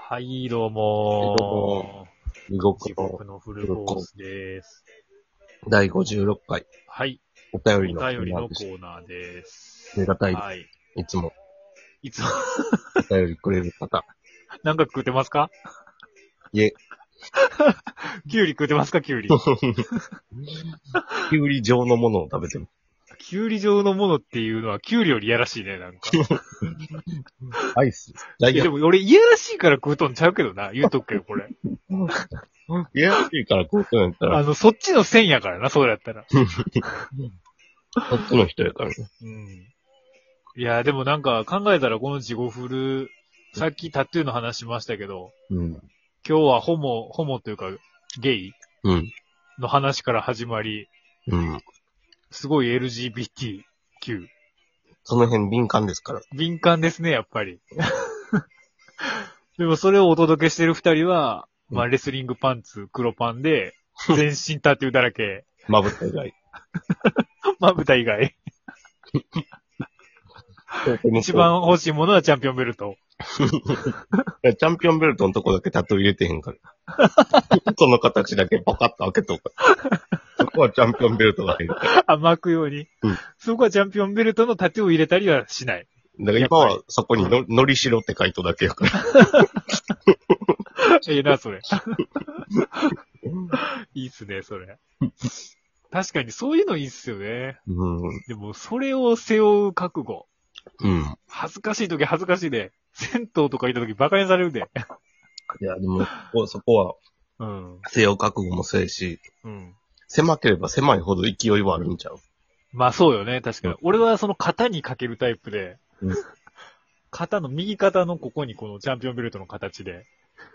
はい、どうどうもも、地獄地獄のフルコースです。 第56回、 はい、 お便おりのコー便りのコナーです。 ーナーです。 ありがたいではい。 す。いつもいつも、 お便りくれる方。 なんか食ってますか？ いえ、 キュウリ食ってますか？キュウリ。 きゅうり状のものを食べてる。 キュウリ状のものっていうのはキュウリよりいやらしいね、なんか。 アイス。ジャイアンでも俺いやらしいから食うとんちゃうけどな、言うとくけど、これ。 ト。いやらしいからこうとやったら、 そっちの線やからな、そうやったら。 そっちの人やからね。 うん。いや、でもなんか考えたらこの地獄フル、さっきタトゥーの話しましたけど、 うん。 今日はホモというか、ゲイうん。 の話から始まり、 うん。 すごい LGBTQ。 その辺敏感ですから。 敏感ですね、やっぱり。でもそれをお届けしてる二人は、まあ、レスリングパンツ、黒パンで、全身タトゥーだらけ。 まぶた以外。 まぶた以外。一番欲しいものはチャンピオンベルト。 チャンピオンベルトのとこだけタトゥー入れてへんから。その形だけパカッと開けとく。そこはチャンピオンベルトが入るから。 あ、巻くように。 うん。 そこはチャンピオンベルトのタトゥーを入れたりはしない。 だから今はそこにのりしろって書いとだけやから。 ええな、それ。いいっすね、それ。確かにそういうのいいっすよね。 うん。 でも、それを背負う覚悟。 うん。 恥ずかしい時恥ずかしいで。銭湯とか行った時馬鹿にされるで。 いや、でも、そこは、 うん。 背負う覚悟もそうやし、 うん。 狭ければ狭いほど勢いはあるんちゃう。 まあそうよね、確かに。 うん俺はその肩にかけるタイプで、 うん右肩のここにこのチャンピオンベルトの形で。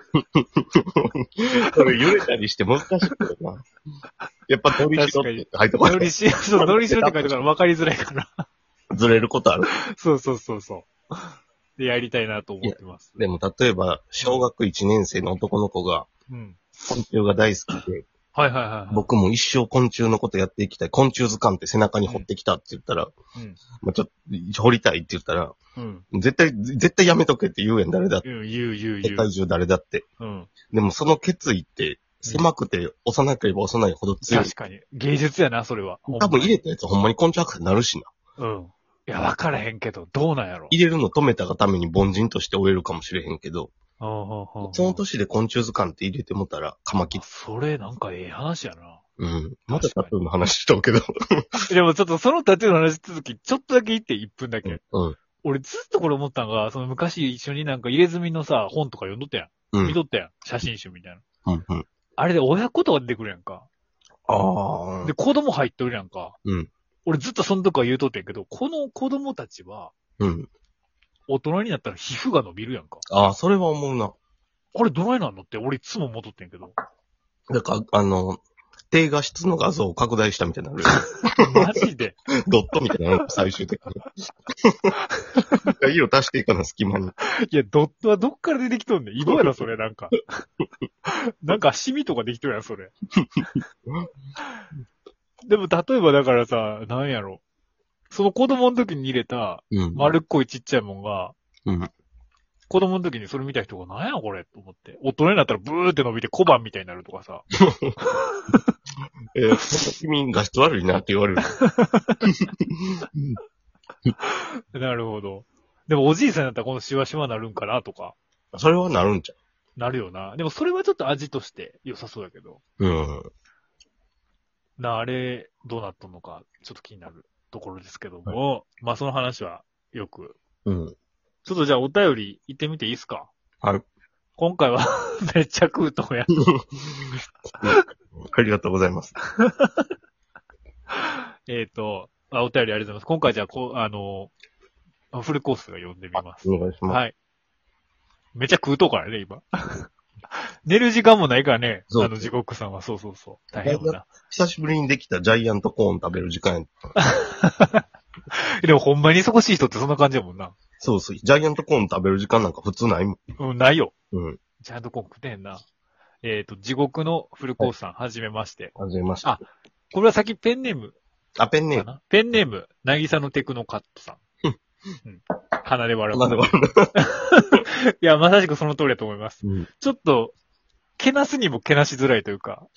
それ揺れたりして難しいけどな。やっぱのりしろって書いとかないノリし、そう、ノリしろって書いてから分かりづらいから。 ずれることある。 そうそうそうそう。で、やりたいなと思ってます。 でも例えば、小学1年生の男の子が、 うん。 昆虫が大好きで、 はいはいはいはい。 僕も一生昆虫のことやっていきたい。昆虫図鑑って背中に掘ってきたって言ったら、 うん。 まあ、ちょっと掘りたいって言ったら、 うん。 絶対やめとけって言うやん、誰だって。 言う。 世界中誰だって。 うん。 でもその決意って、狭くて幼ければ幼いほど強い。 確かに。芸術やな、それは。 多分入れたやつほんまに昆虫博士になるしな。 うん。いや、分からへんけど、どうなんやろ。 入れるの止めたがために凡人として終えるかもしれへんけど、その年で昆虫図鑑って入れてもたら、カマキリ。 それ、なんかええ話やな。 うん。またタトゥーの話しとうけど。 でもちょっとそのタトゥーの話続き、ちょっとだけ言って1分だけ。 うん。 俺ずっとこれ思ったのが、その昔一緒になんか入れ墨のさ、本とか読んどったやん。 うん。 見とったやん。写真集みたいな。 うん。うん。 あれで親子とか出てくるやんか。 ああ。 で、子供入っとるやんか。 うん。 俺ずっとその時は言うとってんけど、この子供たちは、 うん。 大人になったら皮膚が伸びるやんか。 ああ、それは思うな。 これどないなんのって俺いつも思っとってんけど。 だから、低画質の画像を拡大したみたいになる。 マジで。 ドットみたいなの、最終的に。色足していかな、隙間に。 いや、ドットはどっから出てきとんねん。色やろ、それ、なんか。なんか、シミとかできとるやん、それ。でも、例えばだからさ、なんやろ。その子供の時に入れた、 うん。 丸っこいちっちゃいもんが、 うん。 子供の時にそれ見た人が、なんやこれと思って。大人になったらブーって伸びて小判みたいになるとかさ。 君画質悪いなって言われる。 なるほど。でもおじいさんだったらこのシワシワなるんかなとか、 それはなるんちゃなるよな。でもそれはちょっと味として良さそうだけど。 う。うん。 あれ、どうなったのか、ちょっと気になるところですけども、まあその話はよく。 うん。 ちょっとじゃあお便り行ってみていいですか？ はい。 今回はめっちゃ食うとんや。 ありがとうございます。 お便りありがとうございます。今回じゃあフルコースが読んでみます。 お願いします。 はい。めっちゃ食うとうからね、今。寝る時間もないからね。 そう地獄さんは。そうそうそう。大変だな。 久しぶりにできたジャイアントコーン食べる時間や。 でもほんまに忙しい人ってそんな感じやもんな。 そうそう。ジャイアントコーン食べる時間なんか普通ないもん。 うん、ないよ。 うん。 ちゃんとこう食ってへんな。地獄のフルコースさん、はじめまして。 はじめまして。 あ、これは先ペンネームペンネーム。 かな。ペンネーム、なぎさのテクノカットさん。 うん。鼻で笑う。 なんで笑いや、まさしくその通りだと思います。 うの？ ちょっと、けなすにもけなしづらいというか。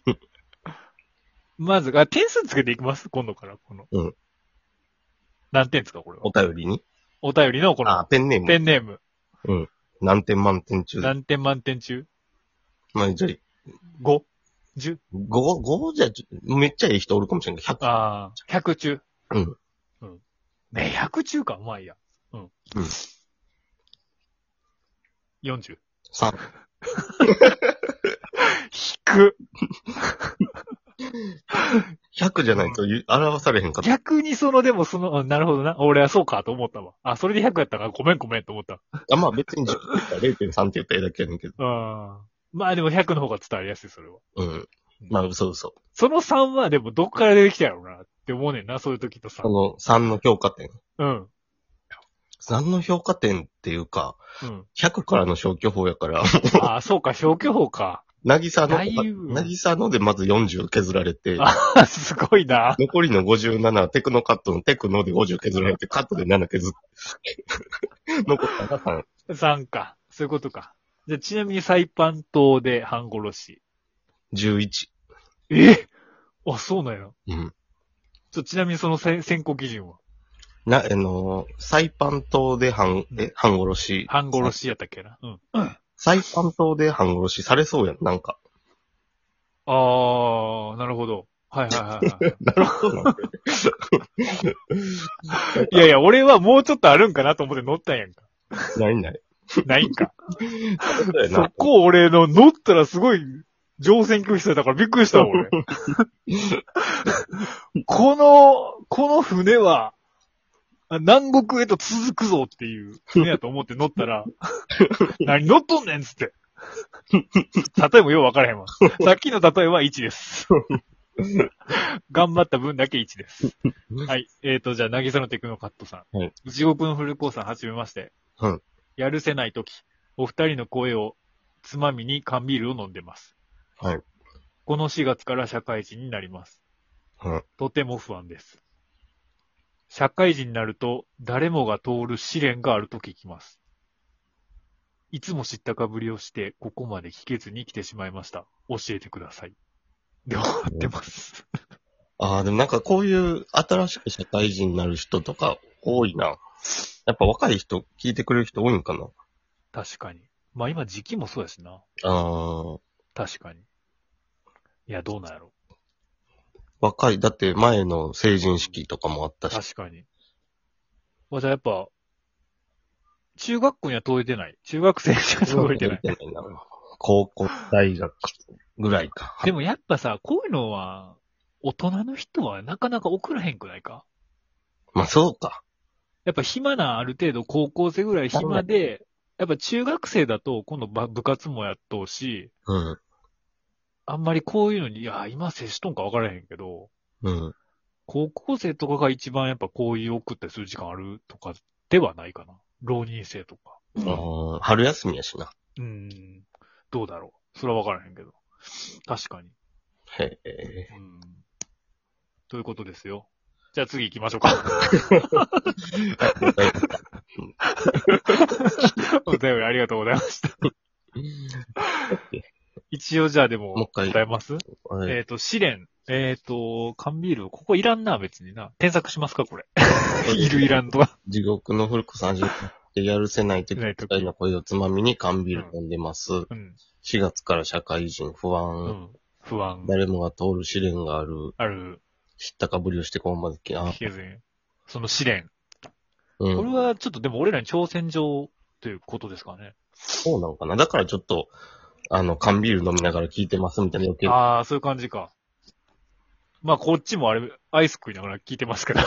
まず、点数つけていきます今度から、この。 うん。 何点ですかこれは。 お便りにお便りのこの、 ペンネーム。 ペンネーム。 うん。何点満点中。 何点満点中まあ、じゃあ、 ?5?10? 5じゃ、めっちゃいい人おるかもしれんけど、100。 ああ、100中。 うん。 ね、100中か、まあいいや。うん。 うん。 40。 3。 引く。 100じゃないと表されへんかった。 逆になるほどな。俺はそうかと思ったわ。あ、それで100やったからごめんと思った。 まあ別に10って言ったら 0.3 って言ったらええだけやねんけど。 まあでも100の方が伝わりやすい、それは。 うん。まあ嘘。 その3はでもどっから出てきたやろうなって思うねんな、そういう時とさ。 この3の評価点。 うん。 3の評価点っていうか、 うん。 100からの消去法やから、 ああ、そうか、消去法か。だいぶなぎさのでまず40削られて、 ああ、すごいな。 残りの57はテクノカットのテクノで50削られて、カットで7削って、残ったら3。 3か。そういうことか。じゃあちなみにサイパン島で半殺し。 11。 えあ、そうなんや。 うん。 ちなみにその選考基準はサイパン島で半殺し。 半殺しやったっけな。うん。 サイパン島で半殺しされそうやん、なんか。 ああ、なるほど。はいはいはいはなるほどな。 い。いやいや、俺はもうちょっとあるんかなと思って乗ったんやんか。 ない。 ないんか。 そうだよな。 そこ俺の乗ったらすごい乗船拒否されたからびっくりしたわ、俺。この船は、南国へと続くぞっていう船やと思って乗ったら、何乗っとんねんっつって。例えもよう分からへんわ。さっきの例えは1です。頑張った分だけ1です。はい。じゃあ、なぎさのテクノカットさん。 はい。 地獄のフルコーさん、はじめまして。 うん。 やるせないとき、お二人の声をつまみに缶ビールを飲んでます。 はい。 この4月から社会人になります。 うん。 とても不安です。社会人になると誰もが通る試練があると聞きます。いつも知ったかぶりをしてここまで聞けずに来てしまいました。教えてください。で終わってます。 でもなんかこういう新しく社会人になる人とか多いな。やっぱ若い人、聞いてくれる人多いんかな。 確かに。まあ今時期もそうやしな。 ああ。 確かに。いや、どうなんやろ。 若い。だって前の成人式とかもあったし。 確かに。じゃあやっぱ、中学校には届いてない。中学生には届いてない。 高校、大学ぐらいか。 でもやっぱさ、こういうのは、大人の人はなかなか送らへんくないか。 まあそうか。 やっぱ暇なある程度高校生ぐらい暇で、やっぱ中学生だと今度部活もやっとうし、 うん。 あんまりこういうのに、いや、今接しとんか分からへんけど、 うん。 高校生とかが一番やっぱこういう送ったりする時間あるとかではないかな。浪人生とか。 春休みやしな。 どうだろう。それは分からへんけど。確かに。 へえ。 ということですよ。じゃあ次行きましょうか。お便りありがとうございました。一応じゃあでも、 もう一回答えます？試練。缶ビール、ここいらんな、別にな。添削しますか、これ。いるいらんとは。 地獄の古子さんでやるせない時二人の声をつまみに缶ビール飲んでます。4月から社会人不安。 不安。 誰もが通る試練がある。知ったかぶりをしてここまで聞けずに。その試練。 これはちょっとでも俺らに挑戦状ということですかね。 そうなのかな。だからちょっと、缶ビール飲みながら聞いてますみたいな余計。 ああ、そういう感じか。まあこっちもあれ、アイス食いながら聞いてますから。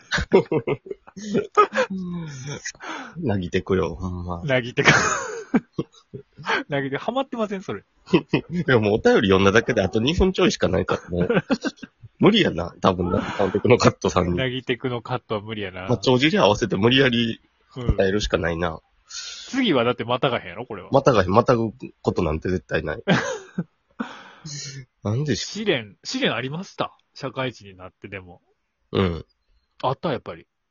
なぎてくよ、ほんま。 なぎてか。なぎて、ハマってませんそれ。 でもお便り読んだだけであと2分ちょいしかないからね。無理やな、多分な、カンテクのカットさんに。 なぎてくのカットは無理やな。 まあ、帳尻合わせて無理やり答えるしかないな。 次はだってまたがへんやろこれは。 またぐことなんて絶対ない。なんで試練ありました社会人になってでも。 うん。 あったやっぱり。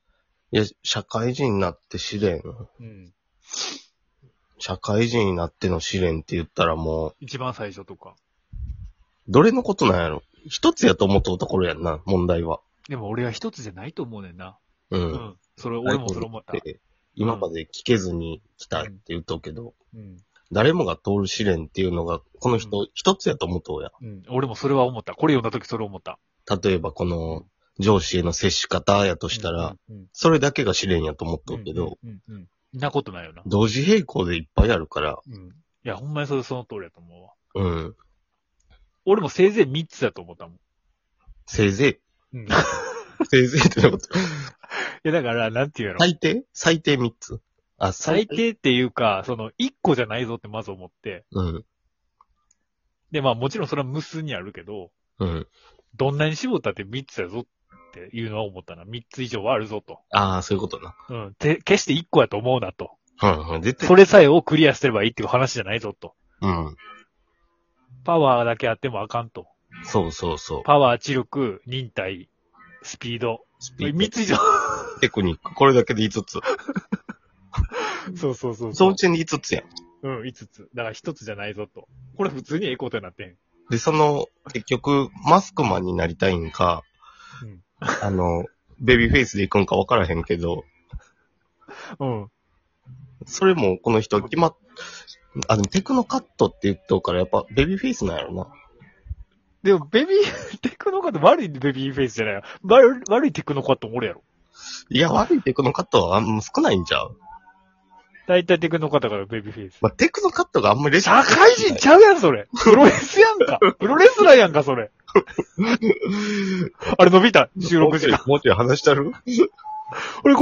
いや、社会人になって試練。 うん。 社会人になっての試練って言ったらもう、 一番最初とか。 どれのことなんやろ。一つやと思っとうところやんな、問題は。 でも俺は一つじゃないと思うねんな。 う。 うんん。俺もそれ思った。 今まで聞けずに来たって言うとうけど、 うん。 誰もが通る試練っていうのが、この人一つやと思っとうやうん。俺もそれは思った。これ読んだ時それ思った。 ん。例えばこの上司への接し方やとしたら、 うん、 それだけが試練やと思っとうけど、 うん、うん。んなことないよな。 同時並行でいっぱいあるから、 うん。いや、ほんまにその通りやと思うわ。 うん。 俺もせいぜい3つだと思ったもん。 せいぜうん。いい、せいぜいってなこと。 や、だから、なんていうの最低3つ。あ、 最低っていうか、1個じゃないぞってまず思って。 うん。 で、まあもちろんそれは無数にあるけど、 うん。 どんなに絞ったって3つやぞっていうのは思ったな。3つ以上はあるぞと。 ああ、そういうことな。 うん。決して1個やと思うなと。 うん、うん、絶対。 それさえをクリアすればいいっていう話じゃないぞと。 うん。 パワーだけあってもあかんと。 そうそうそう。 パワー、知力、忍耐、スピード。 スピード 3つ以上。 テクニック。これだけで5つ。 そうそうそうそのうちに5つやん。 うん、5つ。だから1つじゃないぞと。これ普通にエコーとなってん。 で、結局、マスクマンになりたいんか、 うんベビーフェイスで行くんか分からへんけど、 うん。 それもこの人でもテクノカットって言っとうから、やっぱベビーフェイスなんやろな。 でも、テクノカット悪いベビーフェイスじゃないよ。悪いテクノカットもおるやろ。 いや、悪いテクノカットは少ないんちゃう。 大体テクノカットからベビーフェイス。 まあ、テクノカットがあんまり社会人ちゃうやん、それ。プロレスやんか。プロレスラーやんか、それ。あれ伸びた。収録時間。 もうちょい話したる俺